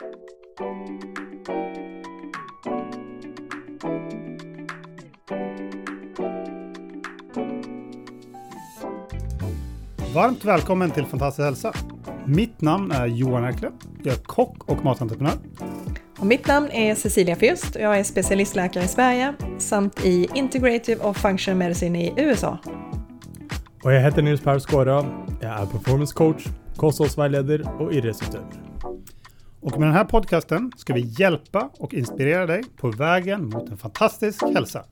Varmt välkommen till Fantastisk hälsa. Mitt namn är Johan Erkle. Jag är kock och matentreprenör. Och mitt namn är Cecilia Fürst och jag är specialistläkare i Sverige samt i Integrative och Functional Medicine i USA. Och jag heter Nils Per Skåra. Jag är performance coach, kosthållsvägledare och idrottsutövare. Och med den här podcasten ska vi hjälpa och inspirera dig på vägen mot en fantastisk hälsa.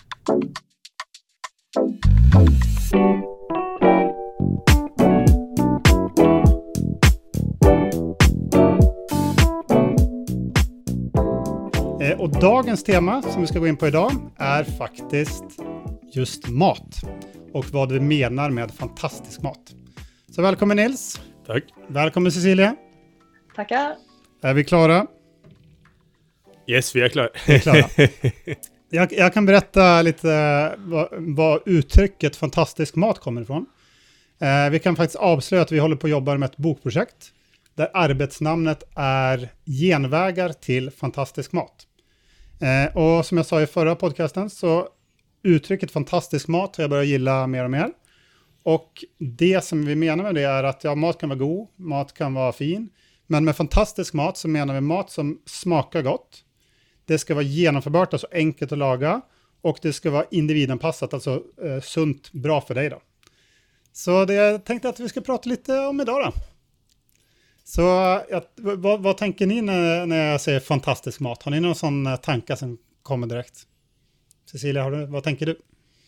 Och dagens tema som vi ska gå in på idag är faktiskt just mat och vad vi menar med fantastisk mat. Så välkommen Nils. Tack. Välkommen Cecilia. Tackar. Är vi klara? Yes, vi är klara. Jag kan berätta lite vad uttrycket fantastisk mat kommer ifrån. Vi kan faktiskt avslöja att vi håller på att jobba med ett bokprojekt där arbetsnamnet är Genvägar till fantastisk mat. Och som jag sa i förra podcasten så uttrycket fantastisk mat har jag börjat gilla mer och mer. Och det som vi menar med det är att mat kan vara god, mat kan vara fin. Men med fantastisk mat så menar vi mat som smakar gott. Det ska vara genomförbart, alltså enkelt att laga. Och det ska vara individanpassat, alltså sunt, bra för dig då. Så det jag tänkte att vi ska prata lite om idag då. Så vad tänker ni när jag säger fantastisk mat? Har ni någon sån tanke som kommer direkt? Cecilia, vad tänker du?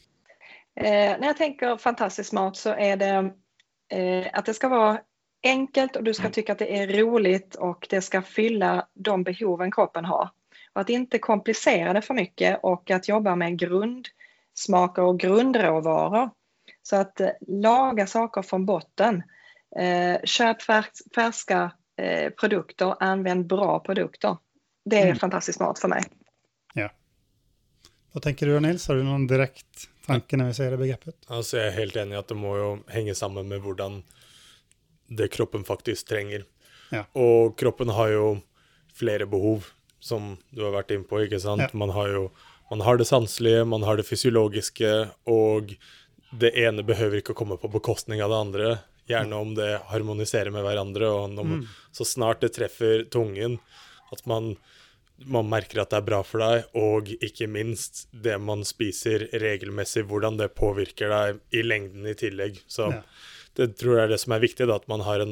När jag tänker fantastisk mat så är det att det ska vara enkelt och du ska tycka att det är roligt och det ska fylla de behoven kroppen har. Och att inte komplicera det för mycket och att jobba med grundsmaker och grundråvaror. Så att laga saker från botten. Köp färska produkter, använd bra produkter. Det är fantastisk mat för mig. Ja. Vad tänker du Nils? Har du någon direkt tanke när vi säger det begreppet? Alltså jag är helt enig att det må ju hänga samman med hvordan det kroppen faktiskt tränger. Ja. Och kroppen har ju flera behov som du har varit in på, inte sant? Ja. Man har det sansliga, man har det fysiologiska och det ena behöver inte komma på bekostning av det andra. Gärna om det harmoniserar med varandra och så snart det träffar tungen att man märker att det är bra för dig och inte minst det man spiser regelmässigt, hvordan det påverkar dig i längden i tillägg. Så det tror jag är det som är viktigt, att man har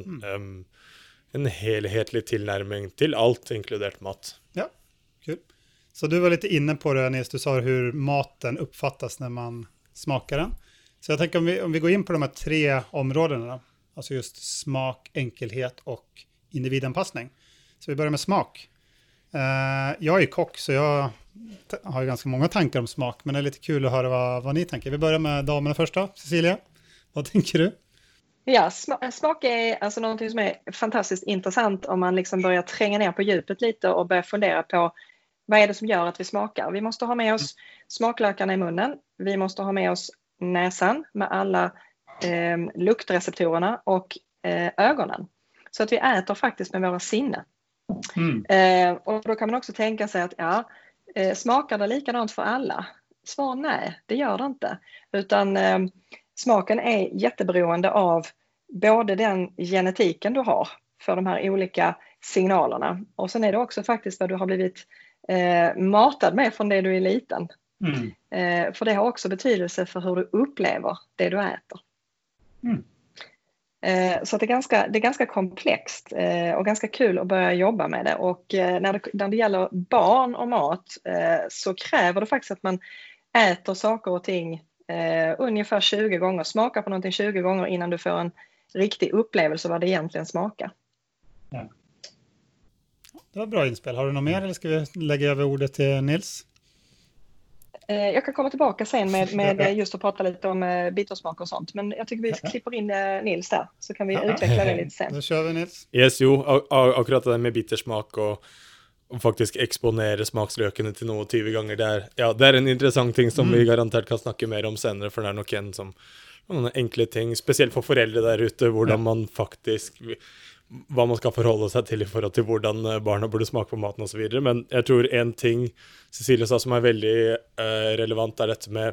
en helhetlig tillnärmning till allt, inkluderat mat. Ja, kul. Så du var lite inne på det Nils, du sa hur maten uppfattas när man smakar den. Så jag tänker om vi går in på de här 3 områdena då. Alltså just smak, enkelhet och individanpassning. Så vi börjar med smak. Jag är kock så jag har ju ganska många tankar om smak. Men det är lite kul att höra vad ni tänker. Vi börjar med damerna först då. Cecilia, vad tänker du? Ja, smak är alltså någonting som är fantastiskt intressant om man liksom börjar tränga ner på djupet lite och börjar fundera på vad är det som gör att vi smakar. Vi måste ha med oss smaklökarna i munnen. Vi måste ha med oss näsan med alla luktreceptorerna och ögonen. Så att vi äter faktiskt med våra sinnen. Och då kan man också tänka sig att smakar det likadant för alla? Svar nej, det gör det inte. Utan smaken är jätteberoende av både den genetiken du har för de här olika signalerna. Och sen är det också faktiskt vad du har blivit matad med från det du är liten. För det har också betydelse för hur du upplever det du äter. Så det är ganska komplext och ganska kul att börja jobba med det. Och när det gäller barn och mat så kräver det faktiskt att man äter saker och ting ungefär 20 gånger. Smakar på någonting 20 gånger innan du får en riktig upplevelse vad det egentligen smakar. Ja. Det var bra inspel. Har du något mer eller ska vi lägga över ordet till Nils? Jag kan komma tillbaka sen med just att prata lite om bittersmak och sånt. Men jag tycker vi klipper in Nils där. Så kan vi utveckla det lite sen. Då kör vi Nils. Yes, akkurat det med bittersmak och faktiskt exponera smakslökene till något 20 gånger där. Ja, det är en intressant ting som vi garanterat kan snacka mer om senare, för det är nog en som några enkla ting, speciellt för föräldrar där ute, hur man faktiskt vad man ska förhålla sig till i förhållande till hur barnen borde smaka på maten och så vidare. Men jag tror en ting Cecilia sa som är väldigt relevant är detta med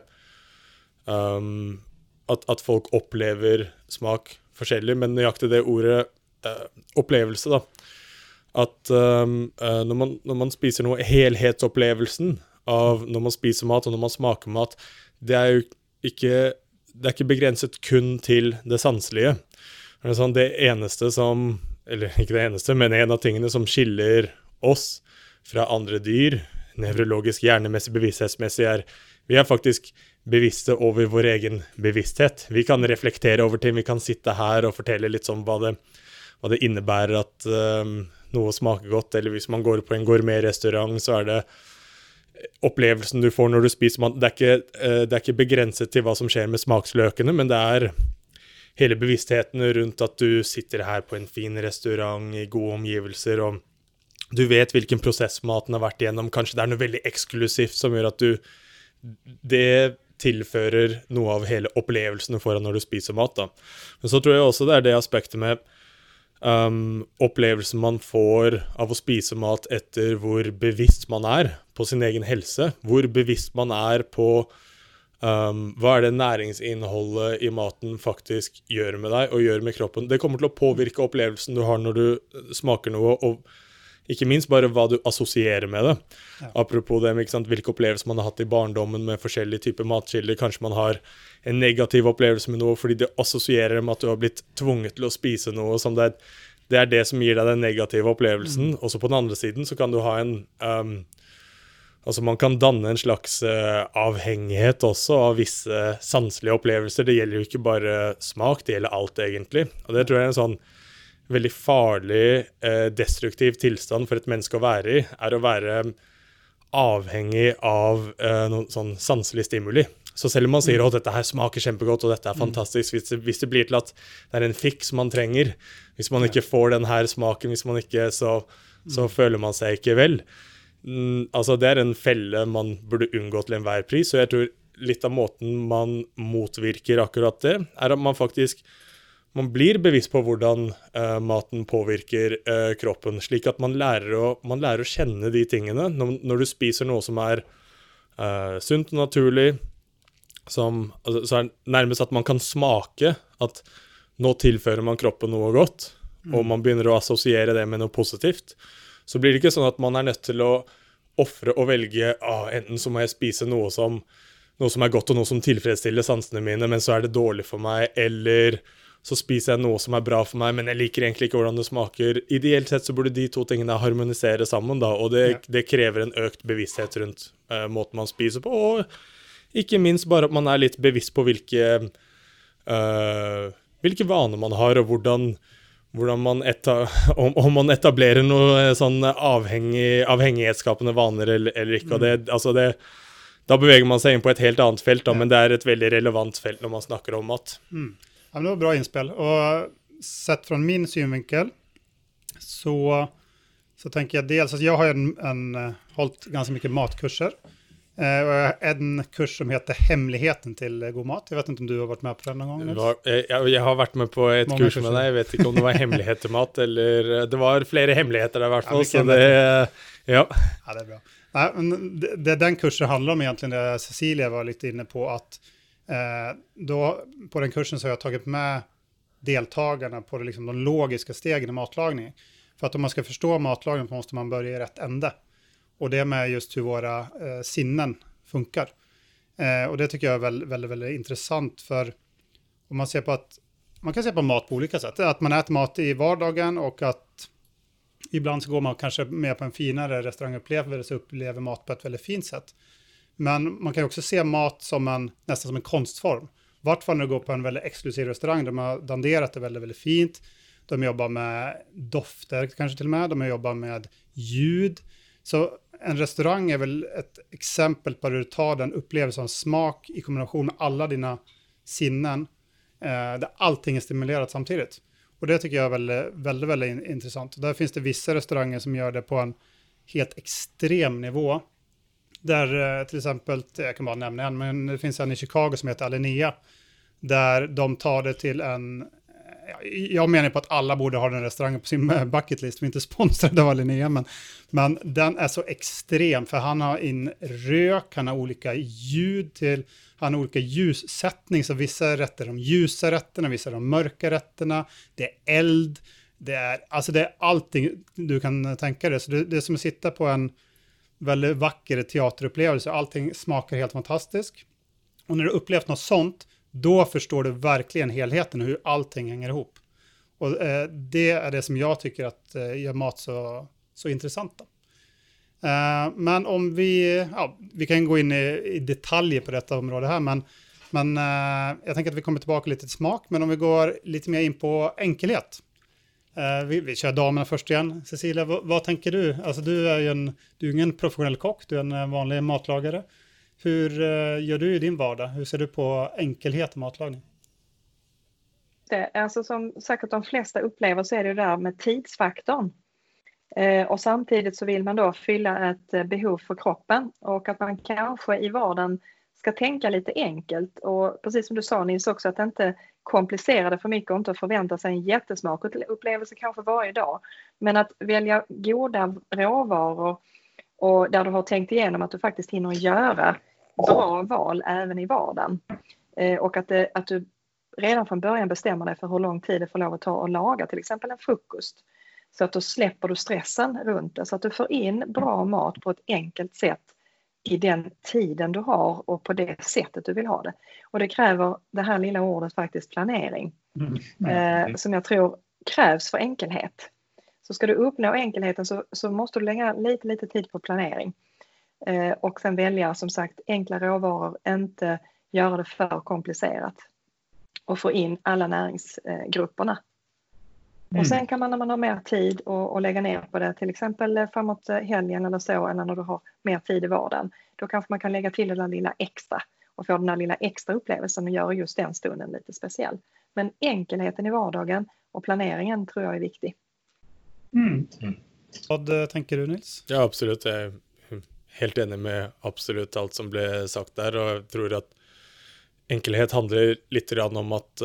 att folk upplever smak forskjellig, men nøyaktig det ordet opplevelse da. At når man spiser noe, helhetsopplevelsen av når man spiser mat og når man smaker mat, det er jo ikke begrenset kun til det sanselige. Det er sånn, det eneste som, eller ikke det eneste, men en av tingene som skiller oss fra andre dyr, nevrologisk, hjernemessig, bevissthetsmessig, vi er faktisk bevisste over vår egen bevissthet. Vi kan reflektere over ting, vi kan sitte her og fortelle litt om hva det innebærer at noe smaker godt, eller hvis man går på en gourmet-restaurant, så er det opplevelsen du får når du spiser mat. Det er ikke begrenset til hva som skjer med smaksløkene, men det er hele bevisstheten rundt at du sitter her på en fin restaurant i gode omgivelser, og du vet hvilken prosess maten har vært igjennom. Kanskje det er noe veldig eksklusivt som gjør at det tilfører noe av hele opplevelsen du får når du spiser mat da. Men så tror jeg også det er det aspektet med opplevelsen man får av å spise mat etter hvor bevisst man er på sin egen helse, hvor bevisst man er på hva er det næringsinnholdet i maten faktisk gjør med deg og gjør med kroppen. Det kommer til å påvirke opplevelsen du har når du smaker noe, og ikke minst bare hva du assosierer med det. Ja. Apropos det med ikke sant, hvilke opplevelser man har hatt i barndommen med forskjellige typer matkilder. Kanskje man har en negativ opplevelse med noe fordi det assosierer med at du har blitt tvunget til å spise noe. Som det er det som gir deg den negative opplevelsen. Også på den andre siden så kan du ha altså man kan danne en slags avhengighet også av visse sanselige opplevelser. Det gjelder jo ikke bare smak, det gjelder alt egentlig. Og det tror jeg er en sånn veldig farlig, destruktiv tilstand for et menneske å være i, er å være avhengig av noen sånn sanselig stimuli. Så selv om man sier at dette her smaker kjempegodt, og dette er fantastisk, hvis det blir til at det er en fiks man trenger, hvis man ikke får den her smaken, hvis man ikke, så føler man seg ikke vel. Altså det er en felle man burde unngå til enhver pris, og jeg tror litt av måten man motvirker akkurat det, er at man blir bevisst på hvordan maten påvirker kroppen, slik at man lærer å kjenne de tingene. Når du spiser noe som er sunt og naturlig, så er det nærmest at man kan smake at nå tilfører man kroppen noe godt, og man begynner å assosiere det med noe positivt, så blir det ikke sånn at man er nødt til å offre og velge, enten så må jeg spise noe som er godt og noe som tilfredsstiller sansene mine, men så er det dårlig for meg, eller så spiser jeg noe som er bra for meg, men jeg liker egentlig ikke hvordan det smaker. Ideelt sett så burde de to tingene harmonisere sammen da, og det krever en økt bevissthet rundt måten man spiser på, og ikke minst bare at man er litt bevisst på hvilke vaner man har, og hvordan om man etablerer noe sånn avhengighetsskapende vaner eller ikke, og da beveger man seg inn på et helt annet felt da, men det er et veldig relevant felt når man snakker om mat. Ja, det var bra inspel. Och sett från min synvinkel så tänker jag dels att jag har hållit ganska mycket matkurser. Och jag har en kurs som heter Hemligheten till god mat. Jag vet inte om du har varit med på den någon gång. Jag har varit med på ett kurs med dig. Jag vet inte om det var hemlighet till mat eller det var flera hemligheter där i alla fall. Så det, ja, det är bra. Nej, men den kursen handlar om egentligen det Cecilia var lite inne på, att då på den kursen så har jag tagit med deltagarna på liksom de logiska stegen i matlagning. För att om man ska förstå matlagning måste man börja i rätt ände. Och det är med just hur våra sinnen funkar. Och det tycker jag är väldigt, väldigt, väldigt intressant, för om man ser på att man kan se på mat på olika sätt. Att man äter mat i vardagen och att ibland så går man kanske med på en finare restaurangupplevelse och upplever mat på ett väldigt fint sätt. Men man kan också se mat som nästan som en konstform. I vart fall när du går på en väldigt exklusiv restaurang, de har danderat det väldigt, väldigt fint. De jobbar med dofter kanske till och med. De jobbar med ljud. Så en restaurang är väl ett exempel på hur du tar den upplevelsen av smak i kombination med alla dina sinnen. Där allting är stimulerat samtidigt. Och det tycker jag är väldigt, väldigt, väldigt intressant. Där finns det vissa restauranger som gör det på en helt extrem nivå. Där till exempel, jag kan bara nämna en, men det finns en i Chicago som heter Alinea. Där de tar det till jag menar på att alla borde ha den restaurangen på sin bucketlist. Vi är inte sponsrade av Linnea, men den är så extrem. För han har in rök, han har olika ljud till, han har olika ljussättning. Så vissa rätter är de ljusa rätterna, vissa är de mörka rätterna. Det är eld, det är allting du kan tänka dig. Så det är som att sitta på en väldigt vacker teaterupplevelse. Allting smakar helt fantastiskt. Och när du upplevt något sånt, då förstår du verkligen helheten och hur allting hänger ihop. Och det är det som jag tycker att gör mat så intressant då. Men om vi kan gå in i detaljer på detta område här, men jag tänker att vi kommer tillbaka lite till smak. Men om vi går lite mer in på enkelhet. Vi kör damerna först igen. Cecilia, vad tänker du? Alltså du är ju ingen professionell kock, du är en vanlig matlagare. Hur gör du i din vardag? Hur ser du på enkelhet i matlagning? Alltså som säkert de flesta upplever så är det ju där med tidsfaktorn. Och samtidigt så vill man då fylla ett behov för kroppen. Och att man kanske i vardagen ska tänka lite enkelt. Och precis som du sa Nils också, att inte komplicera det för mycket och inte förvänta sig en jättesmak och upplevelse kanske varje dag. Men att välja goda råvaror och där du har tänkt igenom att du faktiskt hinner göra bra val även i vardagen. Och att du redan från början bestämmer dig för hur lång tid det får lov att ta att laga till exempel en frukost. Så att då släpper du stressen runt det. Så att du får in bra mat på ett enkelt sätt i den tiden du har och på det sättet du vill ha det. Och det kräver det här lilla ordet faktiskt planering. Som jag tror krävs för enkelhet. Så ska du uppnå enkelheten så måste du lägga lite tid på planering. Och sen välja som sagt enkla råvaror, inte göra det för komplicerat. Och få in alla näringsgrupperna. Och sen kan man när man har mer tid och lägga ner på det, till exempel framåt helgen eller så, eller när du har mer tid i vardagen, då kanske man kan lägga till det där lilla extra och få den där lilla extra upplevelsen och göra just den stunden lite speciell. Men enkelheten i vardagen och planeringen tror jag är viktig. Vad tänker du Nils? Ja, absolut. Jag är helt enig med absolut allt som blev sagt där, och jag tror att enkelhet handlar lite grann om att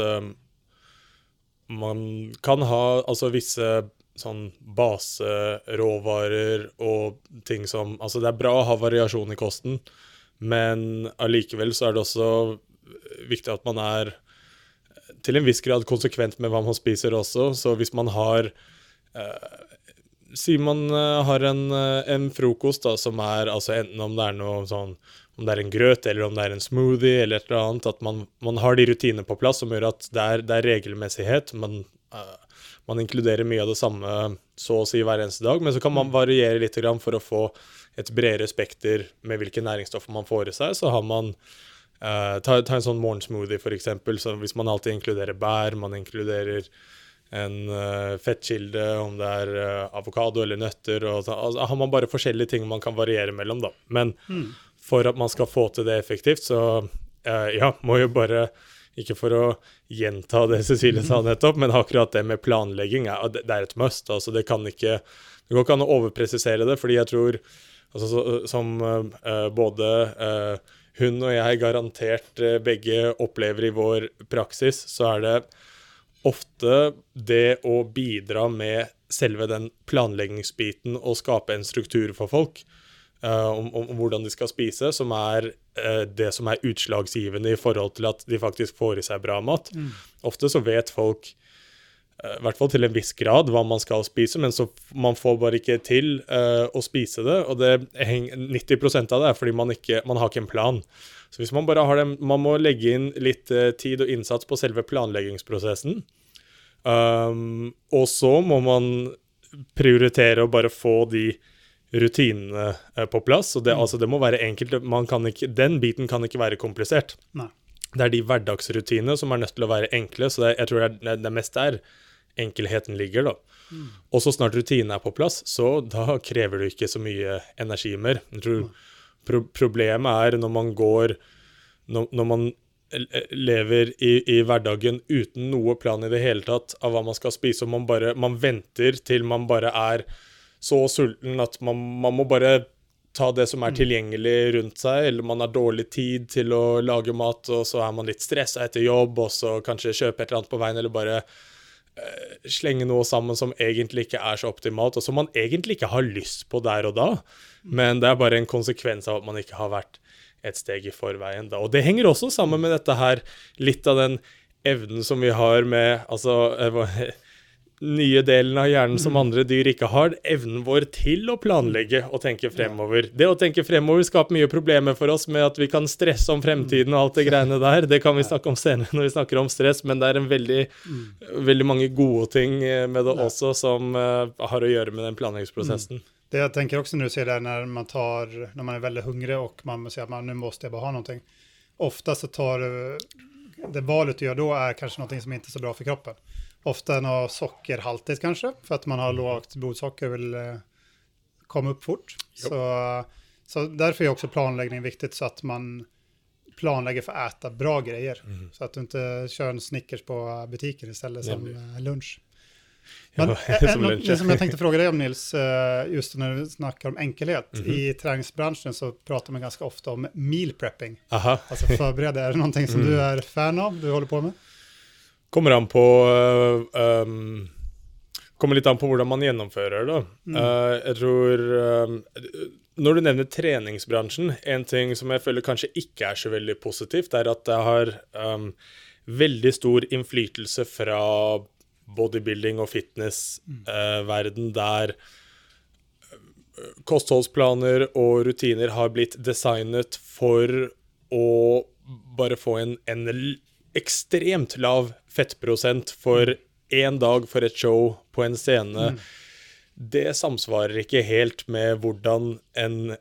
man kan ha alltså vissa sån basråvaror och ting som, alltså det är bra att ha variation i kosten, men allikevel så är det också viktigt att man är till en viss grad konsekvent med vad man spiser också. Så hvis man har sier man har en frokost da, som er altså enten om det er noe sånn, om det er en grøt eller om det er en smoothie eller et eller annet, at man har de rutiner på plass som gjør at det er regelmessighet, men man inkluderer mye av det samme så å si hver eneste dag, men så kan man variere litt grann for å få et bredere spekter med hvilke næringsstoffer man får i seg. Så har man ta en sånn morgensmoothie for eksempel, så hvis man alltid inkluderer bær, man inkluderer en fettkilde, om det er avokado eller nøtter, og så altså, har man bare forskjellige ting man kan variere mellom da. Men for at man skal få til det effektivt, så ja, må jo bare, ikke for å gjenta det Cecilie sa nettopp, men akkurat det med planlegging, det er et must. Altså, det går ikke an å overpresisere det, fordi jeg tror, altså, som både hun og jeg garantert begge opplever i vår praksis, så er det ofte det å bidra med selve den planleggingsbiten og skape en struktur for folk om hvordan de skal spise, som er det som er utslagsgivende i forhold til at de faktisk får i seg bra mat. Ofte så vet folk, i hvert fall til en viss grad, hva man skal spise, men så man får bare ikke til å spise det, og det 90% av det er fordi man har ikke en plan. Så hvis man bare har det, man må legge inn litt tid og innsats på selve planleggingsprosessen, og så må man prioritere å bare få de rutinene på plass, og det, altså, det må være enkelt, den biten kan ikke være komplisert. Nei. Det er de hverdagsrutinene som er nødt til å være enkle, så jeg tror det mest der enkelheten ligger da. Og så snart rutinen er på plass, så da krever du ikke så mye energi mer. Jeg tror problemet er når man lever i hverdagen uten noe plan i det hele tatt av hva man skal spise, og man venter til man bare er så sulten at man må bare ta det som er tilgjengelig rundt seg, eller man har dårlig tid til å lage mat, og så er man litt stresset etter jobb, og så kanskje kjøpe et eller annet på veien, eller bare slenge noe sammen som egentlig ikke er så optimalt, og som man egentlig ikke har lyst på der og da, men det er bare en konsekvens av at man ikke har vært et steg i forveien da. Og det henger også sammen med dette her, litt av den evnen som vi har med, nye delen av hjernen som andre dyr ikke har, evnen vår til å planlegge og tenke fremover. Det å tenke fremover skaper mye problemer for oss med at vi kan stresse om fremtiden og alt det greiene der. Det kan vi snakke om senere når vi snakker om stress, men det er en veldig mange gode ting med det også som har å gjøre med den planleggingsprosessen. Det jag tänker också när du ser det när man är väldigt hungrig och man säger att nu måste jag bara ha någonting. Ofta så tar det valet du gör då är kanske någonting som inte är så bra för kroppen. Ofta något sockerhaltigt kanske, för att man har lågt blodsocker och vill komma upp fort. Så därför är också planläggning viktigt, så att man planlägger för att äta bra grejer. Så att du inte kör en Snickers på butiken istället som lunch. Men det som jag tänkte fråga dig om, Nils, just när du snackar om enkelhet. I träningsbranschen så pratar man ganska ofta om meal prepping. Alltså förbereda. Är det någonting som du är fan av, du håller på med? Kommer litt an på hvordan man gjennomfører det. Jeg tror, når du nevner treningsbransjen, en ting som jeg føler kanskje ikke er så veldig positivt, er at det har veldig stor innflytelse fra bodybuilding og fitness-verden, der kostholdsplaner og rutiner har blitt designet for å bare få en ekstremt lav fettprosent for en dag for et show på en scene. Det samsvarer ikke helt med hvordan en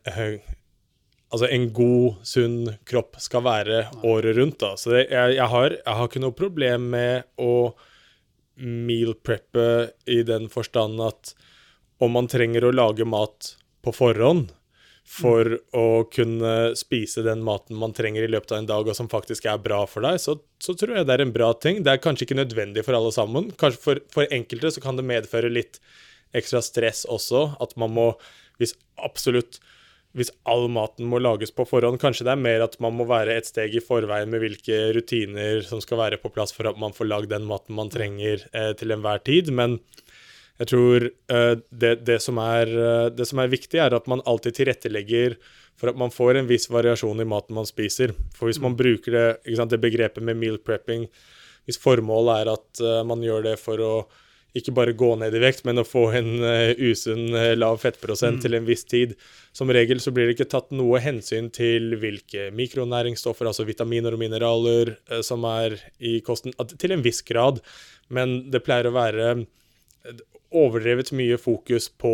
god, sunn kropp skal være året rundt da. Så jeg har ikke noe problem med å meal preppe i den forstand at om man trenger å lage mat på forhånd for å kunne spise den maten man trenger i løpet av en dag og som faktisk er bra for deg, så tror jeg det er en bra ting. Det er kanskje ikke nødvendig for alle sammen. Kanskje for enkelte så kan det medføre litt ekstra stress også, at man må, hvis all maten må lages på forhånd, kanskje det er mer at man må være et steg i forveien med hvilke rutiner som skal være på plass for at man får lagd den maten man trenger til enhver tid, men jeg tror det som er viktig er at man alltid tilrettelegger for at man får en viss variasjon i maten man spiser. For hvis man bruker det, ikke sant, det begrepet med meal prepping, hvis formålet er at man gjør det for å ikke bare gå ned i vekt, men å få en usunn lav fettprosent til en viss tid, som regel så blir det ikke tatt noe hensyn til hvilke mikronæringsstoffer, altså vitaminer og mineraler som er i kosten, til en viss grad, men det pleier å være overdrevet mye fokus på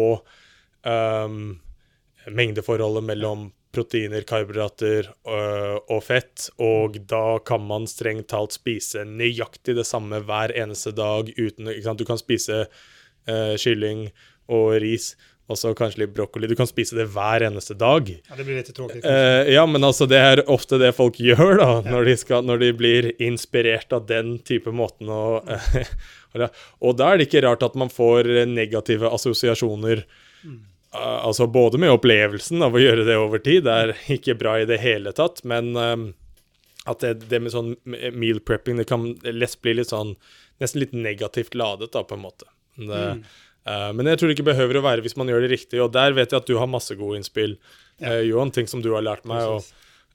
mengdeforholdet mellom proteiner, karbohydrater og fett, og da kan man strengt talt spise nøyaktig det samme hver eneste dag uten, ikke sant? Du kan spise kylling og ris, og så kanskje litt broccoli. Du kan spise det hver eneste dag. Ja, det blir litt tråkig. Ja, men altså det er ofte det folk gjør da, når de blir inspirert av den type måten å og da er det ikke rart at man får negative assosiasjoner, altså både med opplevelsen av å gjøre det over tid, det er ikke bra i det hele tatt, men at det med sånn meal prepping, det kan lett bli litt sånn, nesten litt negativt ladet da, på en måte. Men jeg tror det ikke behøver å være hvis man gjør det riktig, og der vet jeg at du har masse gode innspill, Johan, ting som du har lært meg. Og,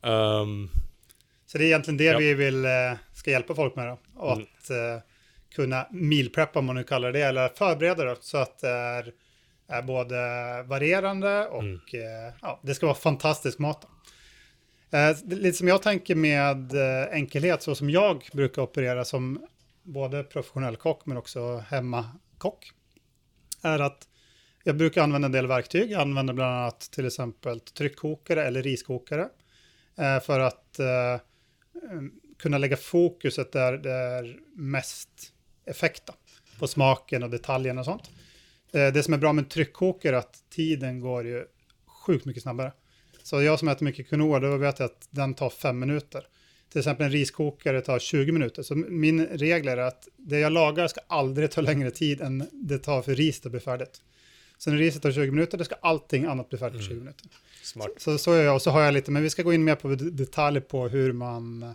så det är egentligen det vi vill ska hjälpa folk med då, och att kunna mealpreppa, om man nu kallar det, eller förbereda det, så att det är både varierande och det ska vara fantastisk mat. Lite som jag tänker med enkelhet, så som jag brukar operera som både professionell kock men också hemmakock, är att jag brukar använda en del verktyg. Jag använder bland annat till exempel tryckkokare eller riskokare för att kunna lägga fokuset där det är mest effekta på smaken och detaljerna och sånt. Det som är bra med tryckkokare är att tiden går ju sjukt mycket snabbare. Så jag som äter mycket quinoa, då vet jag att den tar 5 minuter. Till exempel en riskokare tar 20 minuter. Så min regel är att det jag lagar ska aldrig ta längre tid än det tar för ris att bli färdigt. Så när riset tar 20 minuter, då ska allting annat bli färdigt på 20 minuter. Smart. Så är jag, och så har jag lite, men vi ska gå in mer på detaljer på hur man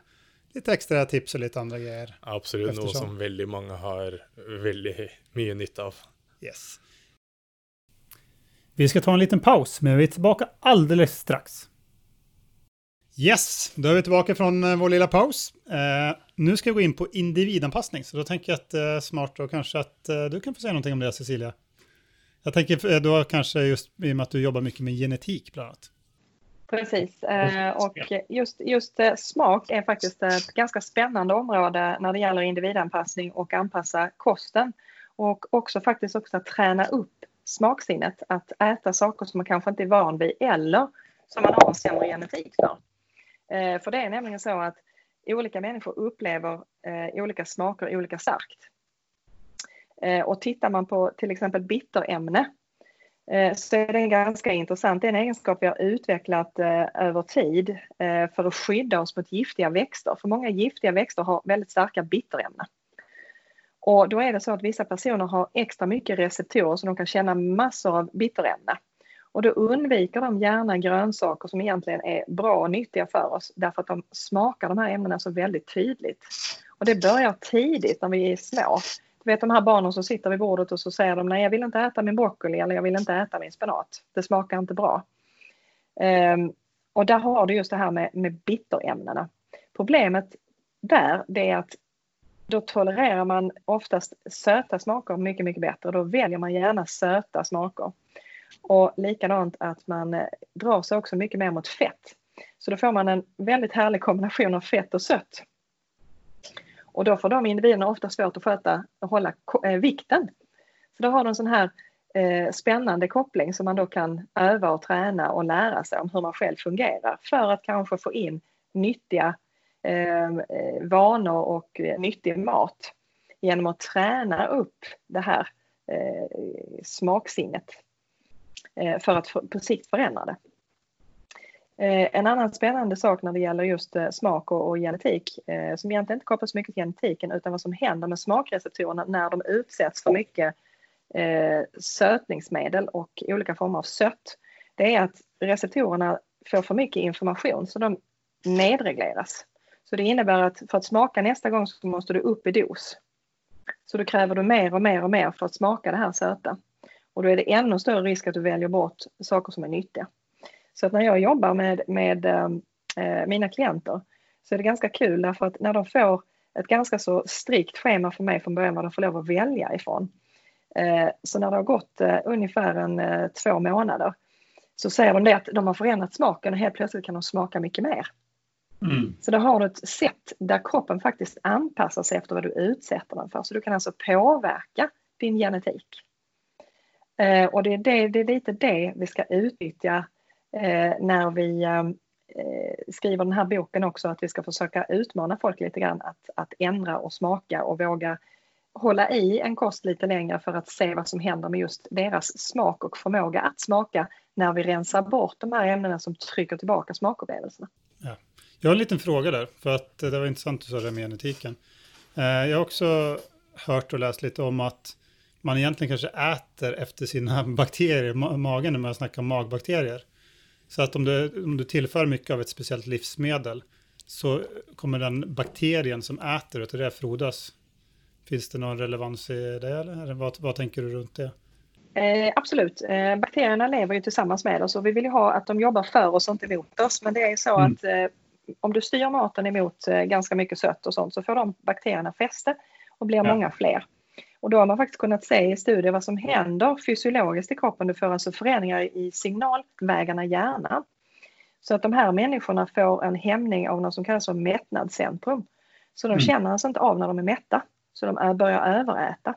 lite extra tips och lite andra grejer. Absolut, något som väldigt många har väldigt mycket nytta av. Yes. Vi ska ta en liten paus, men vi är tillbaka alldeles strax. Yes, då är vi tillbaka från vår lilla paus. Nu ska vi gå in på individanpassning, så då tänker jag att det är smart då kanske att du kan få säga någonting om det, Cecilia. Jag tänker då kanske just i och med att du jobbar mycket med genetik bland annat. Precis, och just smak är faktiskt ett ganska spännande område när det gäller individanpassning och anpassa kosten. Och också att träna upp smaksinnet, att äta saker som man kanske inte är van vid eller som man har en sämre genetik för. För det är nämligen så att olika människor upplever olika smaker olika starkt. Och tittar man på till exempel bitterämne så är det ganska intressant. Det är en egenskap vi har utvecklat över tid för att skydda oss mot giftiga växter. För många giftiga växter har väldigt starka bitterämnen. Och då är det så att vissa personer har extra mycket receptorer så de kan känna massor av bitterämne. Och då undviker de gärna grönsaker som egentligen är bra och nyttiga för oss därför att de smakar de här ämnena så väldigt tydligt. Och det börjar tidigt när vi är små. Du vet de här barnen som sitter vid bordet och så säger de nej, jag vill inte äta min broccoli eller jag vill inte äta min spenat. Det smakar inte bra. Och där har du just det här med bitterämnena. Problemet där det är att då tolererar man oftast söta smaker mycket, mycket bättre. Då väljer man gärna söta smaker. Och likadant att man drar sig också mycket mer mot fett. Så då får man en väldigt härlig kombination av fett och sött. Och då får de individerna ofta svårt att hålla vikten. Så då har de en sån här spännande koppling som man då kan öva och träna och lära sig om hur man själv fungerar. För att kanske få in nyttiga vanor och nyttig mat genom att träna upp det här smaksinnet för att på sikt förändra det. En annan spännande sak när det gäller just smak och genetik som egentligen inte kopplas så mycket till genetiken utan vad som händer med smakreceptorerna när de utsätts för mycket sötningsmedel och olika former av sött. Det är att receptorerna får för mycket information så de nedregleras. Så det innebär att för att smaka nästa gång så måste du upp i dos. Så då kräver du mer och mer och mer för att smaka det här söta. Och då är det ännu större risk att du väljer bort saker som är nyttiga. Så att när jag jobbar med mina klienter så är det ganska kul därför att när de får ett ganska så strikt schema för mig från början vad de får lov att välja ifrån. Så när det har gått ungefär 2 månader så säger de det att de har förändrat smaken och helt plötsligt kan de smaka mycket mer. Så då har du ett sätt där kroppen faktiskt anpassar sig efter vad du utsätter den för. Så du kan alltså påverka din genetik. Och det är lite det vi ska utnyttja när vi skriver den här boken också. Att vi ska försöka utmana folk lite grann att ändra och smaka och våga hålla i en kost lite längre för att se vad som händer med just deras smak och förmåga att smaka när vi rensar bort de här ämnena som trycker tillbaka smakupplevelserna. Ja. Jag har en liten fråga där, för att det var intressant att säga med genetiken. Jag har också hört och läst lite om att man egentligen kanske äter efter sina bakterier i magen när man snackar om magbakterier. Så att om du tillför mycket av ett speciellt livsmedel så kommer den bakterien som äter och det frodas. Finns det någon relevans i det eller vad tänker du runt det? Absolut. Bakterierna lever ju tillsammans med oss och vi vill ju ha att de jobbar för oss och inte emot oss. Men det är ju så att om du styr maten emot ganska mycket sött och sånt så får de bakterierna fäste och blir många fler. Och då har man faktiskt kunnat se i studier vad som händer fysiologiskt i kroppen. Du får alltså förändringar i signalvägarna i hjärnan. Så att de här människorna får en hämning av något som kallas som mättnadscentrum. Så de känner alltså inte av när de är mätta. Så de börjar överäta.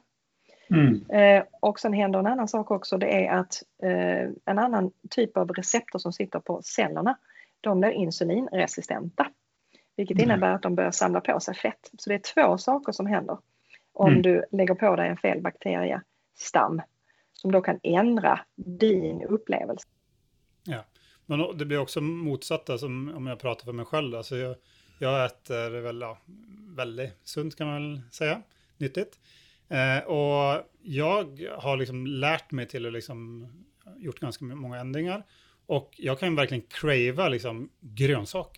Och sen händer en annan sak också. Det är att en annan typ av receptor som sitter på cellerna. De blir insulinresistenta. Vilket innebär att de börjar samla på sig fett. Så det är 2 saker som händer. Om du lägger på dig en fel bakteriestam. Som då kan ändra din upplevelse. Ja, men det blir också motsatta som om jag pratar för mig själv. Alltså jag äter väldigt sunt kan man väl säga. Nyttigt. Och jag har liksom lärt mig till att liksom gjort ganska många ändringar. Och jag kan verkligen crava liksom grönsaker.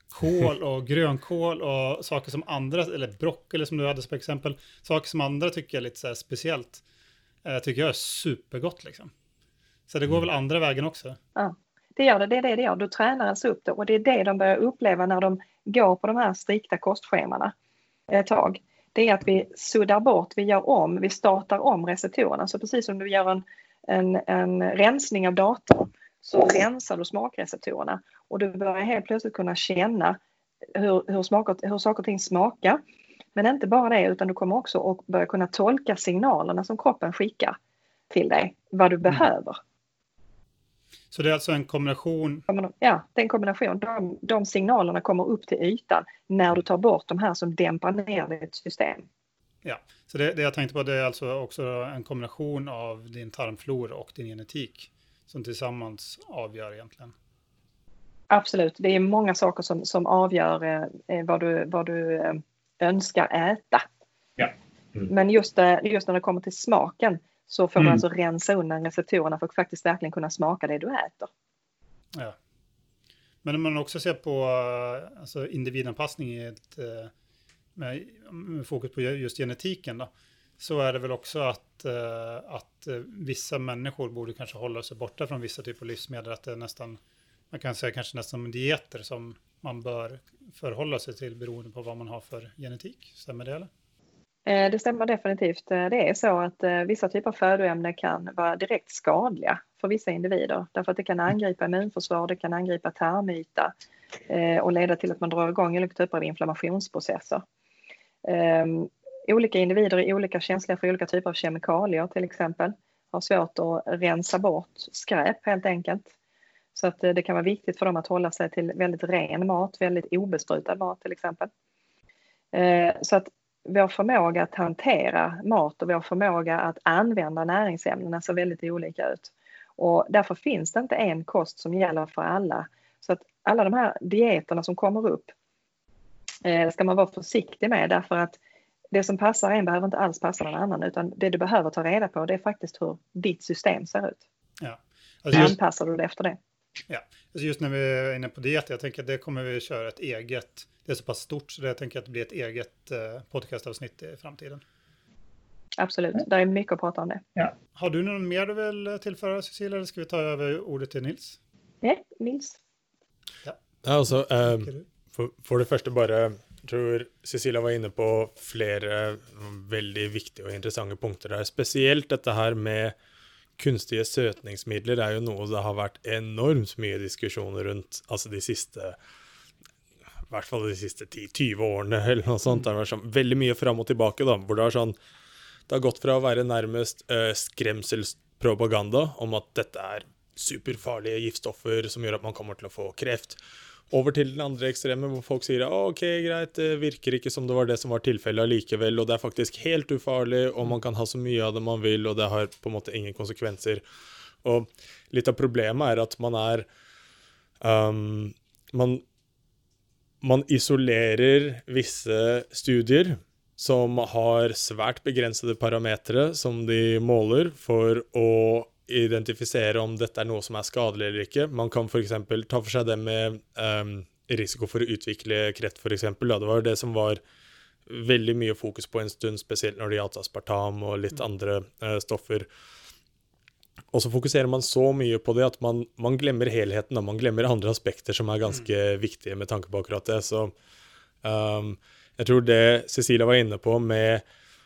kål och grönkål och saker som andra, eller broccoli som du hade som exempel, saker som andra tycker är lite så här speciellt, tycker jag är supergott liksom. Så det går väl andra vägen också. Ja, det gör det. Det är det det gör. Du tränar alltså upp det och det är det de börjar uppleva när de går på de här strikta kostschemana ett tag. Det är att vi suddar bort, vi startar om receptorerna. Så precis som du gör en rensning av datorn så rensar du smakreceptorerna och du börjar helt plötsligt kunna känna hur saker och ting smakar. Men inte bara det, utan du kommer också att börja kunna tolka signalerna som kroppen skickar till dig, vad du behöver. Så det är alltså en kombination? Ja, det är en kombination. De signalerna kommer upp till ytan när du tar bort de här som dämpar ner ditt system. Ja, så det jag tänkte på, det är alltså också en kombination av din tarmflora och din genetik som tillsammans avgör egentligen. Absolut, det är många saker som avgör vad du önskar äta. Ja. Men just när det kommer till smaken så får du alltså rensa undan receptorerna för att faktiskt verkligen kunna smaka det du äter. Ja. Men om man också ser på alltså individanpassning med fokus på just genetiken då, så är det väl också att vissa människor borde kanske hålla sig borta från vissa typer av livsmedel. Att det är nästan, man kan säga kanske nästan dieter som man bör förhålla sig till beroende på vad man har för genetik. Stämmer det eller? Det stämmer definitivt. Det är så att vissa typer av födoämnen kan vara direkt skadliga för vissa individer. Därför att det kan angripa immunförsvar, det kan angripa tarmyta och leda till att man drar igång olika typer av inflammationsprocesser. Olika individer är olika känsliga för olika typer av kemikalier till exempel. Har svårt att rensa bort skräp helt enkelt. Så att det kan vara viktigt för dem att hålla sig till väldigt ren mat, väldigt obesprutad mat till exempel. Så att vår förmåga att hantera mat och vår förmåga att använda näringsämnena ser väldigt olika ut. Och därför finns det inte en kost som gäller för alla. Så att alla de här dieterna som kommer upp ska man vara försiktig med, därför att det som passar en behöver inte alls passa någon annan, utan det du behöver ta reda på det är faktiskt hur ditt system ser ut. Ja. Alltså anpassar du det efter det? Ja, alltså just när vi är inne på diet, jag tänker att det kommer vi köra ett eget, det är så pass stort så jag tänker att det blir ett eget podcastavsnitt i framtiden. Absolut, det är mycket att prata om det. Ja. Har du någon mer du vill tillföra, Cecilia, eller ska vi ta över ordet till Nils? Nej, Nils. Ja. Alltså, för det första bara, tror Cecilia var inne på flera väldigt viktiga och intressanta punkter där. Speciellt detta här med kunstige sötningsmidler är ju något det har varit enormt mycket diskussioner runt, alltså de sista, i hvert fall de sista 10-20 årene eller något sånt. Det har varit väldigt mycket fram och tillbaka då, hvor det har gått från att vara närmast skrämselspropaganda om att detta är superfarliga giftstoffer som gör att man kommer till att få kräft, over til den andre ekstremen hvor folk sier ok, greit, det virker ikke som det var det som var tilfellet likevel, og det er faktisk helt ufarlig, og man kan ha så mye av det man vil, og det har på en måte ingen konsekvenser. Og litt av problemet er at man er man isolerer visse studier som har svært begrensede parametre som de måler for å identifiere om dette er noe som er skadelig eller ikke. Man kan for eksempel ta for seg det med risiko for å utvikle kreft for eksempel. Det var det som var veldig mye fokus på en stund, spesielt når det gjaldt aspartam og litt andre stoffer. Og så fokuserer man så mye på det at man glemmer helheten, og man glemmer andre aspekter som er ganske viktige med tanke på akkurat det. Så jeg tror det Cecilia var inne på med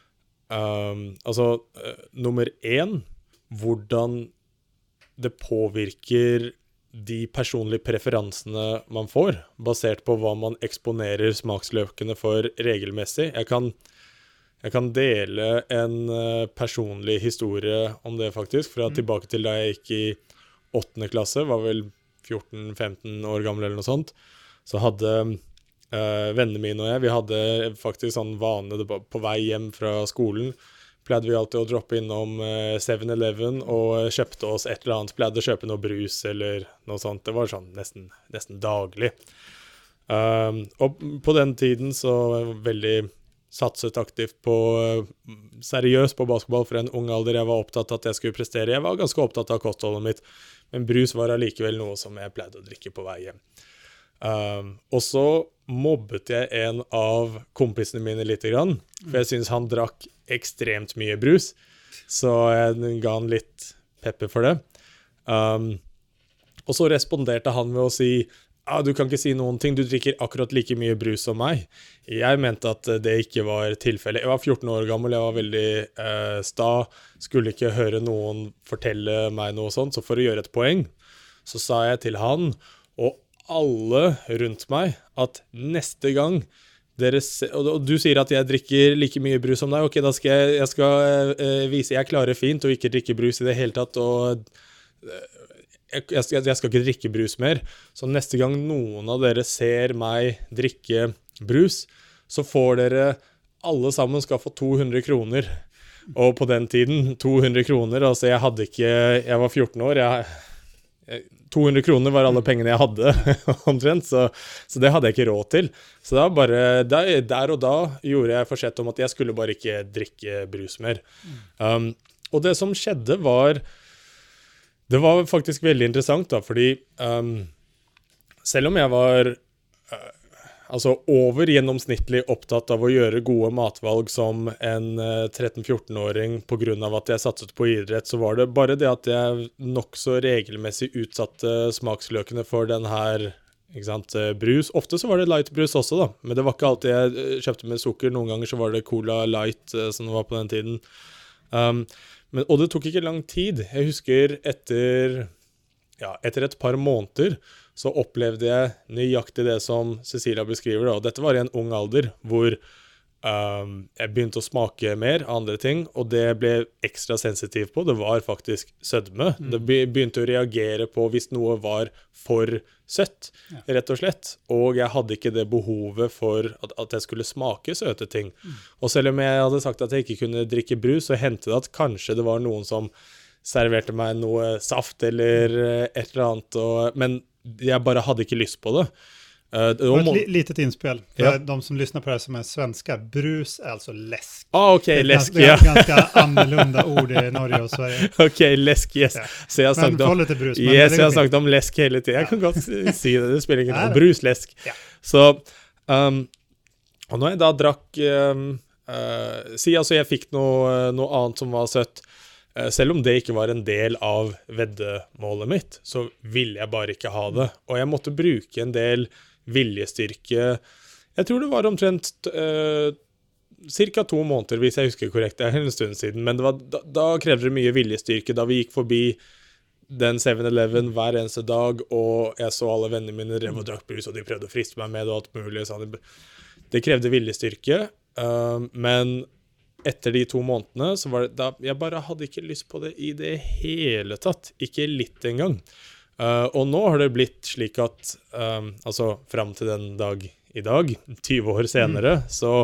nummer 1, hvordan det påvirker de personlige preferansene man får, basert på hva man eksponerer smaksløkene for regelmessig. Jeg kan dele en personlig historie om det faktisk, fra tilbake til da jeg gikk i 8. klasse, var vel 14-15 år gammel eller noe sånt, så hadde vennene mine og jeg, vi hadde faktisk sånn vane på vei hjem fra skolen, pleide vi alltid å droppe innom 7-Eleven og kjøpte oss et eller annet, pleide å kjøpe noe brus eller noe sånt. Det var sånn nesten daglig. Og på den tiden så veldig satset aktivt på, seriøst på basketball for en ung alder. Jeg var opptatt av at jeg skulle prestere. Jeg var ganske opptatt av kostholdet mitt, men brus var allikevel noe som jeg pleide å drikke på vei hjem. Og så mobbet jeg en av kompisene mine litt grann, for jeg synes han drakk ekstremt mye brus, så jeg ga han litt pepper for det. Og så responderte han med å si, du kan ikke si noen ting, du drikker akkurat like mye brus som meg. Jeg mente at det ikke var tilfellet. Jeg var 14 år gammel, jeg var veldig sta, skulle ikke høre noen fortelle meg noe sånt, så for å gjøre et poeng, så sa jeg til han, og alle rundt meg, at neste gang og du sier at jeg drikker like mye brus som deg, ok, da skal jeg vise, jeg klarer fint å ikke drikke brus i det hele tatt, og jeg skal ikke drikke brus mer, så neste gang noen av dere ser meg drikke brus, så får dere alle sammen skal få 200 kroner, og på den tiden 200 kroner, altså jeg var 14 år, 200 kroner var alle pengene jeg hadde omtrent, så det hadde jeg ikke råd til. Så da der og da gjorde jeg forsett om at jeg skulle bare ikke drikke brus mer. Og det som skjedde det var faktisk veldig interessant da, fordi selv om jeg var over gjennomsnittlig opptatt av å gjøre gode matvalg som en 13-14-åring på grunn av at jeg satset på idrett, så var det bare det at jeg nok så regelmessig utsatte smaksløkene for den her, ikke sant, brus. Ofte så var det light brus også da, men det var ikke alltid jeg kjøpte med sukker. Noen ganger så var det Cola Light som det var på den tiden. Og det tok ikke lang tid. Jeg husker etter et par måneder så opplevde jeg nøyaktig det som Cecilia beskriver da. Og dette var i en ung alder hvor jeg begynte å smake mer andre ting, og det ble ekstra sensitiv på. Det var faktisk sødme. Det begynte å reagere på hvis noe var for søtt, rett og slett. Og jeg hadde ikke det behovet for at jeg skulle smake søte ting. Og selv om jeg hadde sagt at jeg ikke kunne drikke brus, så hendte det at kanskje det var noen som serverte meg noe saft eller et eller annet, men jag bara hade inte lust på det. Ett litet inspel för de som lyssnar på det här som är svenskar. Brus är alltså läsk. Okej, läsk. Det är ganska annorlunda ord i Norge och Sverige. Okej, läsk, yes. Så jag har sagt lite brus. Yes, jag har sagt om läsk hela tiden. Jag kan gott se det spelar ingen roll. Brusläsk. Så, och när jag då drack, alltså jag fick något annat som var sött. Selv om det ikke var en del av veddemålet mitt, så ville jeg bare ikke ha det. Og jeg måtte bruke en del viljestyrke. Jeg tror det var omtrent cirka 2 måneder, hvis jeg husker korrekt. Det en stund siden, men da krevde det mye viljestyrke. Da vi gikk forbi den 7-Eleven hver eneste dag, og jeg så alle vennene mine drev og drakk brus, og de prøvde å friste meg med og alt mulig. Så det krevde viljestyrke, men etter de 2 månedene, så var det da, jeg bare hadde ikke lyst på det i det hele tatt, ikke litt engang. Og nå har det blitt slik at, altså frem til den dag i dag, 20 år senere, så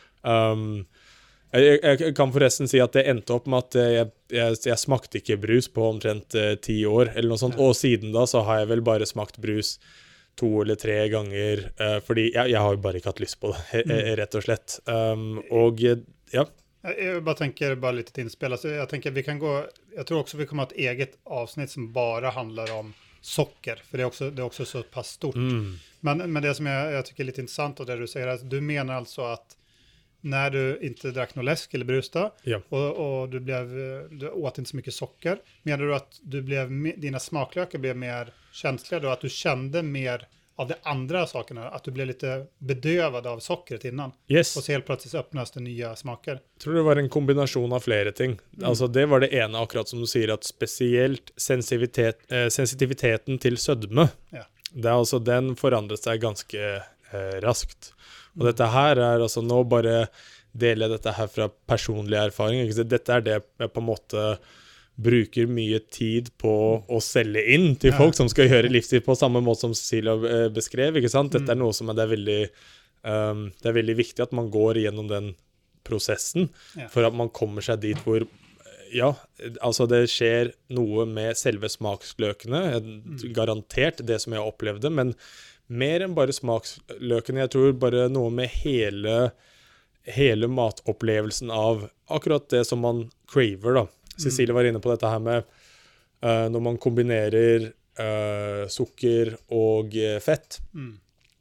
jeg kan forresten si at det endte opp med at jeg smakte ikke brus på omtrent 10 år, eller noe sånt, og siden da så har jeg vel bare smakt brus 2 eller 3 ganger, fordi jeg har jo bare ikke hatt lyst på det, rett og slett. Og ja, jag bara tänker bara lite inspel. Alltså jag tänker jag tror också vi kommer att ha ett eget avsnitt som bara handlar om socker, för det är också så pass stort. Men det som jag tycker är lite intressant och det du säger, att du menar alltså att när du inte drack någon läsk eller brus då, och du åt inte så mycket socker, menar du att dina smaklökar blev mer känsliga då, att du kände mer av de andra sakerna, att du blev lite bedövad av sockret innan. Yes. Och så helt plötsligt öppnas det nya smaker. Jag tror det var en kombination av flera ting. Alltså det var det ena, akkurat som du säger, att speciellt sensitiviteten till södme. Det är alltså den förändrar sig ganska raskt. Och detta här är alltså nå bara delar detta här från personlig erfaring. Detta är det jag på måte bruker mye tid på å selge inn til folk som skal gjøre livsstil på samme måte som Cecilia beskrev, ikke sant? Dette er noe som det er veldig viktig at man går gjennom den prosessen for at man kommer seg dit hvor altså det skjer noe med selve smaksløkene, garantert det som jeg opplevde, men mer enn bare smaksløkene, jeg tror bare noe med hele matopplevelsen av akkurat det som man craver da. Cecilia var inne på dette her med når man kombinerer sukker og fett.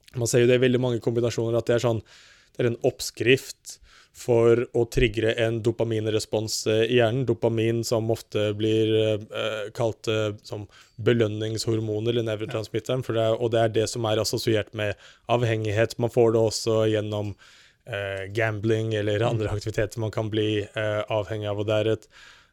man ser jo det i veldig mange kombinasjoner at det er en oppskrift for å trigge en dopaminrespons i hjernen. Dopamin som ofte blir kalt som belønningshormon eller nevrotransmitteren, og det er det som er assosiert med avhengighet. Man får det også gjennom gambling eller andre aktiviteter man kan bli avhengig av, og det er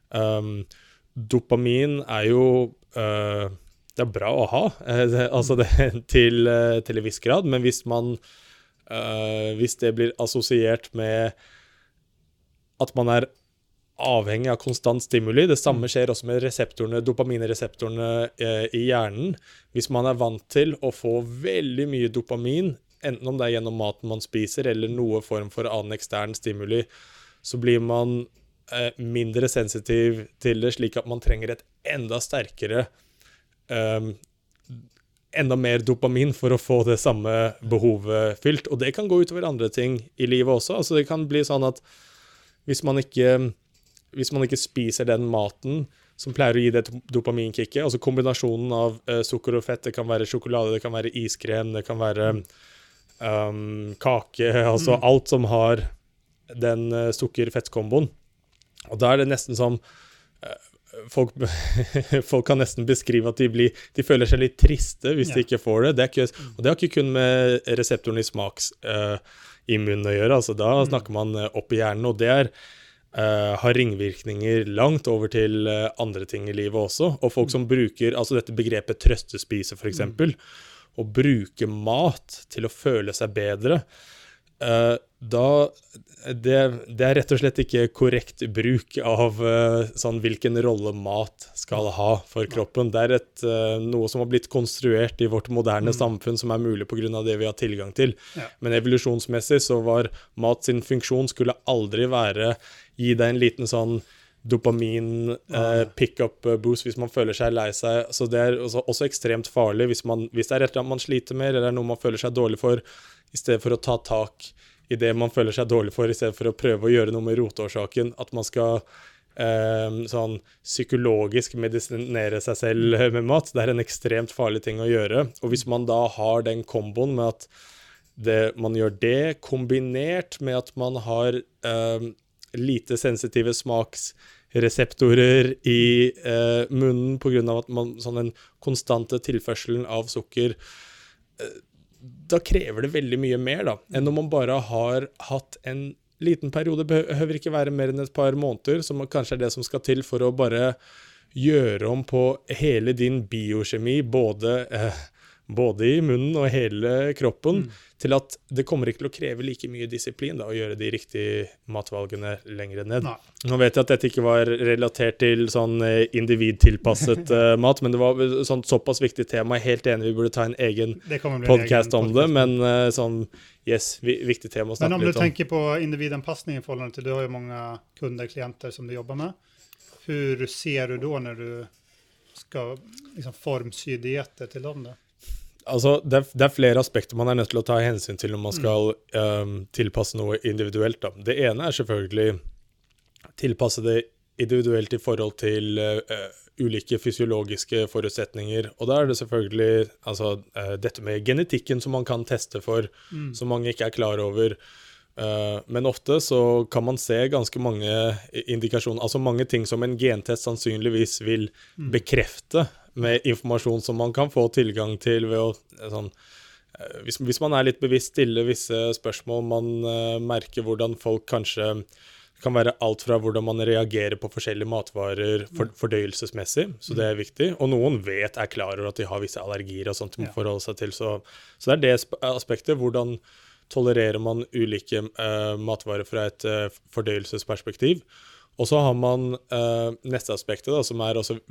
dopamin er jo det er bra å ha, altså det, til en viss grad, men hvis det blir assosiert med at man er avhengig av konstant stimuli, det samme skjer også med dopaminreseptorene i hjernen. Hvis man er vant til å få veldig mye dopamin, enten om det er gjennom maten man spiser eller noe form for annen ekstern stimuli, så blir man mindre sensitiv til det, slik at man trenger et enda sterkere enda mer dopamin for å få det samme behovet fylt, og det kan gå utover andre ting i livet også. Altså det kan bli sånn at hvis man ikke spiser den maten som pleier å gi det dopaminkicket, altså kombinasjonen av sukker og fett, det kan være sjokolade, det kan være iskrem, det kan være kake, altså alt som har den sukker-fett-komboen. Og da er det nesten som folk kan nesten beskrive at de føler seg litt triste hvis de ikke får det. Og det har ikke kun med reseptoren i smaks i munnen å gjøre, altså da snakker man opp i hjernen, og det har ringvirkninger langt over til andre ting i livet også. Og folk som bruker, altså dette begrepet trøstespise for eksempel, og bruker mat til å føle seg bedre, det er rett og slett ikke korrekt bruk av sånn hvilken rolle mat skal ha for kroppen. Det er noe som har blitt konstruert i vårt moderne samfunn som er mulig på grunn av det vi har tilgang til. Men evolusjonsmessig så var mat sin funksjon skulle aldri være gi deg en liten sånn dopamin pick-up boost hvis man føler seg lei seg. Så det er også ekstremt farlig hvis det er et eller annet man sliter med, eller noe man føler seg dårlig for, i stedet for å ta tak i det man føler seg dårlig for, i stedet for å prøve å gjøre noe med rotårsaken, at man skal sånn psykologisk medisinere seg selv med mat. Det er en ekstremt farlig ting å gjøre, og hvis man da har den komboen med at man gjør det kombinert med at man har lite sensitive smaksreseptorer i munnen på grunn av at man sånn den konstante tilførselen av sukker, da krever det veldig mye mer da, enn når man bare har hatt en liten periode, behøver ikke være mer enn et par måneder, som kanskje er det som skal til for å bare gjøre om på hele din biokjemi, både i munnen og hele kroppen, til at det kommer ikke til å kreve like mye disiplin da, å gjøre de riktige matvalgene lengre ned. Nå vet jeg at dette ikke var relatert til sånn individtilpasset mat, men det var sånn såpass viktig tema. Jeg er helt enig, vi burde ta en egen podcast om det, men sånn, viktig tema å snakke litt om. Men om du tenker på individanpassning i forhold til, du har jo mange kunder, klienter som du jobber med. Hur ser du då när du ska liksom formsy dieter till dem då? Altså, det er flere aspekter man er nødt til å ta hensyn til når man skal tilpasse noe individuelt da. Det ene er selvfølgelig tilpasse det individuelt i forhold til ulike fysiologiske forutsetninger, og da er det selvfølgelig altså, dette med genetikken som man kan teste for, som mange ikke er klar over. Men ofte så kan man se ganske mange indikasjoner, altså mange ting som en gentest sannsynligvis vil bekrefte med informasjon som man kan få tilgang til ved å sånn, hvis man er litt bevisst stille visse spørsmål, man merker hvordan folk kanskje kan være alt fra hvordan man reagerer på forskjellige matvarer fordøyelsesmessig, så det er viktig, og noen er klar over at de har visse allergier og sånt de må forholde seg til, så det er det aspektet, hvordan tolererer man ulike matvarer fra et fordøyelsesperspektiv. Og så har man neste aspektet da, som er også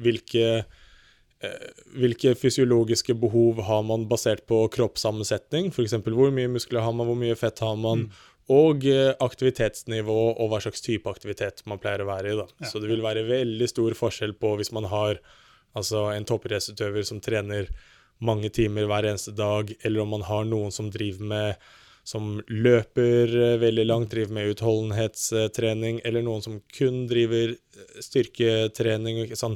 hvilke fysiologiske behov har man basert på kroppssammensetning, for eksempel hvor mye muskler har man, hvor mye fett har man, og aktivitetsnivå og hva slags type aktivitet man pleier å være i da. Så det vil være veldig stor forskjell på hvis man har altså, en toppidrettsutøver som trener mange timer hver eneste dag, eller om man har noen som driver med som løper veldig langt, driver med utholdenhetstrening, eller noen som kun driver styrketrening. Sånn.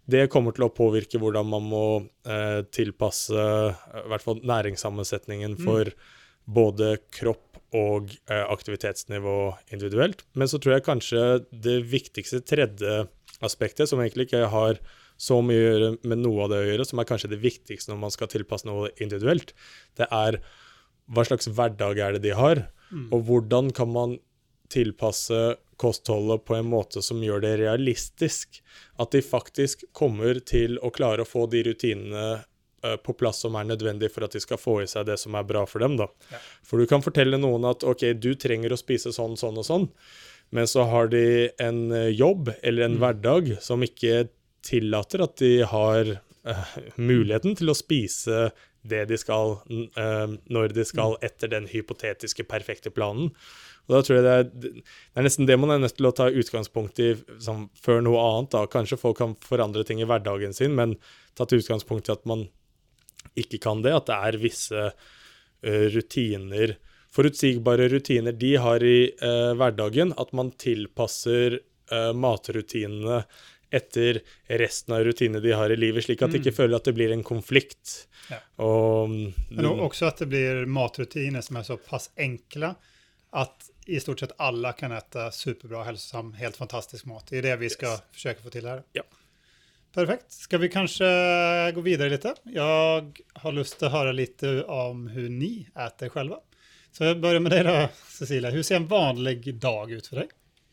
det kommer til å påvirke hvordan man må tilpasse i hvert fall næringssammensetningen for både kropp og aktivitetsnivå individuelt. Men så tror jeg kanskje det viktigste tredje aspektet, som egentlig ikke har så mye å gjøre med noe av det å gjøre, som kanskje det viktigste når man skal tilpasse noe individuelt, det hva slags hverdag det de har, og hvordan kan man tilpasse kostholdet på en måte som gjør det realistisk, at de faktisk kommer til å klare å få de rutinene på plass som nødvendig for at de skal få i seg det som bra for dem da. Ja. For du kan fortelle noen at ok, du trenger å spise sånn, sånn og sånn, men så har de en jobb eller en hverdag som ikke tillater at de har muligheten til å spise det de skal når de skal etter den hypotetiske perfekte planen. Og da tror jeg det nesten det man nødt til å ta utgangspunkt i som, før noe annet da. Kanskje folk kan forandre ting i hverdagen sin, men ta til utgangspunkt i at man ikke kan det, at det visse rutiner, forutsigbare rutiner de har i hverdagen, at man tilpasser matrutinene etter resten av rutinene de har i livet, slik at de ikke føler at det blir en konflikt. Ja. Men också att det blir matrutiner som så pass enkla att i stort sett alla kan äta superbra, hälsosam, helt fantastisk mat. Det det vi ska försöka få till här. Ja. Perfekt. Ska vi kanske gå vidare lite? Jag har lust att höra lite om hur ni äter själva. Så jag börjar med dig då, Cecilia. Hur ser en vanlig dag ut för dig?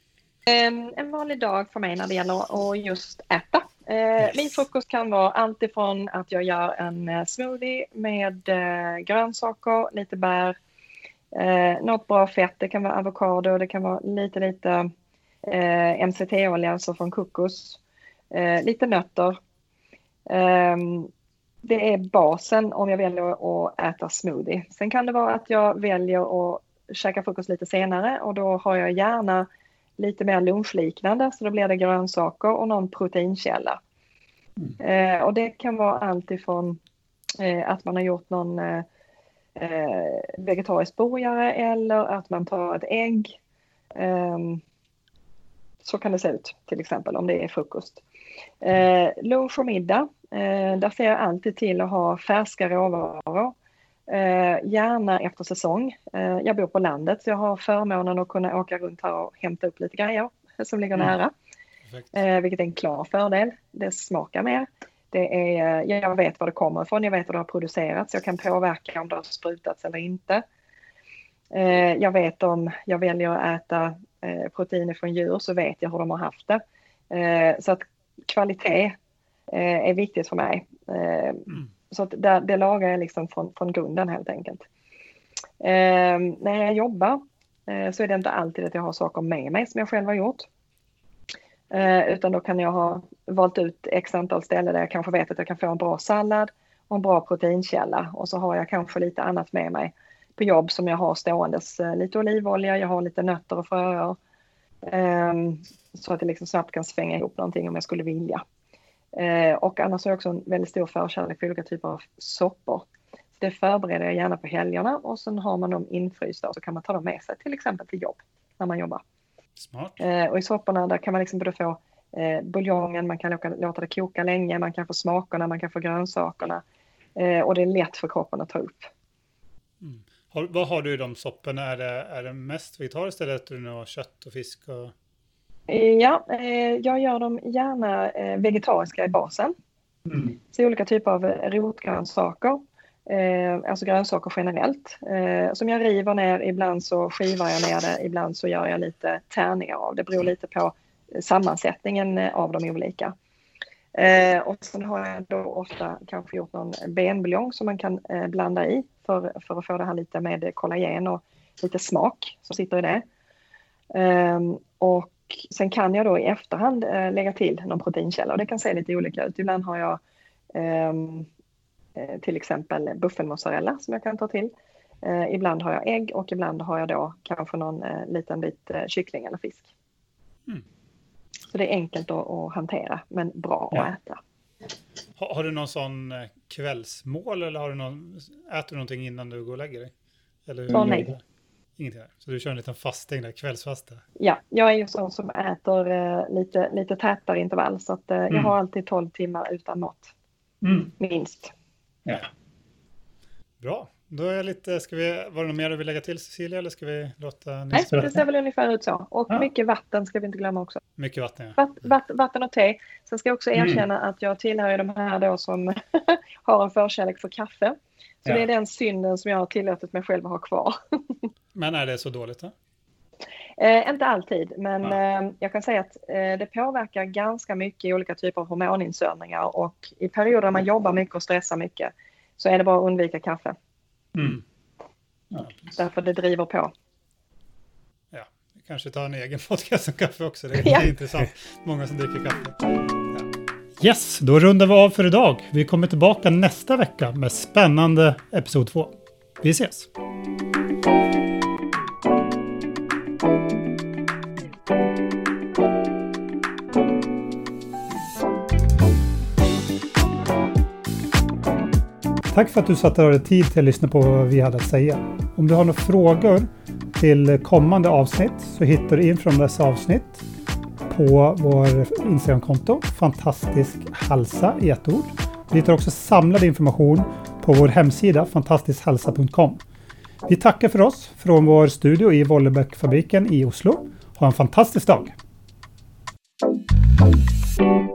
En vanlig dag för mig när det gäller att just äta. Min frukost kan vara allt ifrån att jag gör en smoothie med grönsaker, lite bär, något bra fett, det kan vara avokado, det kan vara lite MCT-olja, alltså från kokos, lite nötter. Det är basen om jag väljer att äta smoothie. Sen kan det vara att jag väljer att käka frukost lite senare och då har jag gärna lite mer lunchliknande, så då blir det grönsaker och någon proteinkälla. Och det kan vara allt ifrån att man har gjort någon vegetarisk burgare eller att man tar ett ägg. Så kan det se ut till exempel om det är frukost. Lunch och middag, där ser jag alltid till att ha färska råvaror. Gärna efter säsong. Jag bor på landet så jag har förmånen att kunna åka runt här och hämta upp lite grejer som ligger nära. Vilket är en klar fördel. Det smakar mer. Jag vet var det kommer ifrån. Jag vet var det har producerats. Jag kan påverka om det har sprutats eller inte. Jag vet om jag väljer att äta proteiner från djur så vet jag hur de har haft det. Så att kvalitet är viktigt för mig. Så att det lagar jag liksom från grunden helt enkelt. När jag jobbar så är det inte alltid att jag har saker med mig som jag själv har gjort. Utan då kan jag ha valt ut x antal ställen där jag kanske vet att jag kan få en bra sallad och en bra proteinkälla. Och så har jag kanske lite annat med mig på jobb som jag har ståendes. Lite olivolja, jag har lite nötter och fröer. Så att det liksom snabbt kan svänga ihop någonting om jag skulle vilja. Och annars har jag också en väldigt stor förkärlek för olika typer av soppor. Så det förbereder jag gärna på helgerna och sen har man dem infrysta och så kan man ta dem med sig till exempel till jobb när man jobbar. Smart. Och i sopporna där kan man liksom både få buljongen, man kan låta det koka länge, man kan få smakerna, man kan få grönsakerna och det är lätt för kroppen att ta upp. Vad har du i de sopporna? Är det mest vegetariskt eller äter du något kött och fisk? Ja, jag gör dem gärna vegetariska i basen. Så olika typer av rotgrönsaker, alltså grönsaker generellt. Som jag river ner, ibland så skivar jag ner det, ibland så gör jag lite tärningar av. Det beror lite på sammansättningen av de olika. Och sen har jag då ofta kanske gjort någon benbuljong som man kan blanda i för att få det här lite med kollagen och lite smak som sitter i det. Och sen kan jag då i efterhand lägga till någon proteinkälla och det kan se lite olika ut. Ibland har jag till exempel buffelmozzarella som jag kan ta till. Ibland har jag ägg och ibland har jag då kanske någon liten bit kyckling eller fisk. Så det är enkelt att hantera men bra att äta. Har du någon sån kvällsmål eller äter du någonting innan du går och lägger dig? Eller Nej. Ingenting där. Så du kör en liten fasting där, kvällsfasta? Ja, jag är ju sån som äter lite tätare intervall. Så att, jag har alltid 12 timmar utan mat. Minst. Ja. Bra. Då är jag lite, var det något mer du vill lägga till, Cecilia, eller ska vi låta... Nej, det ser väl ungefär ut så. Och mycket vatten ska vi inte glömma också. Mycket vatten, ja. Vatten och te. Sen ska jag också erkänna att jag tillhör de här då som har en förkärlek för kaffe. Så det är den synden som jag har tillåtit mig själv att ha kvar. Men är det så dåligt då? Inte alltid, men jag kan säga att det påverkar ganska mycket i olika typer av hormoninsörningar. Och i perioder där man jobbar mycket och stressar mycket så är det bara att undvika kaffe. Ja, därför det driver på. Ja, vi kanske tar en egen podcast om kaffe också. Det är intressant. Många som dricker kaffe. Ja. Yes, då rundar vi av för idag. Vi kommer tillbaka nästa vecka med spännande episod 2. Vi ses! Tack för att du satte dig tid till att lyssna på vad vi hade att säga. Om du har några frågor till kommande avsnitt så hittar du in från dessa avsnitt på vår Instagramkonto, Fantastisk Halsa i ett ord. Vi hittar också samlad information på vår hemsida fantastiskhalsa.com. Vi tackar för oss från vår studio i Vollebäckfabriken i Oslo. Ha en fantastisk dag!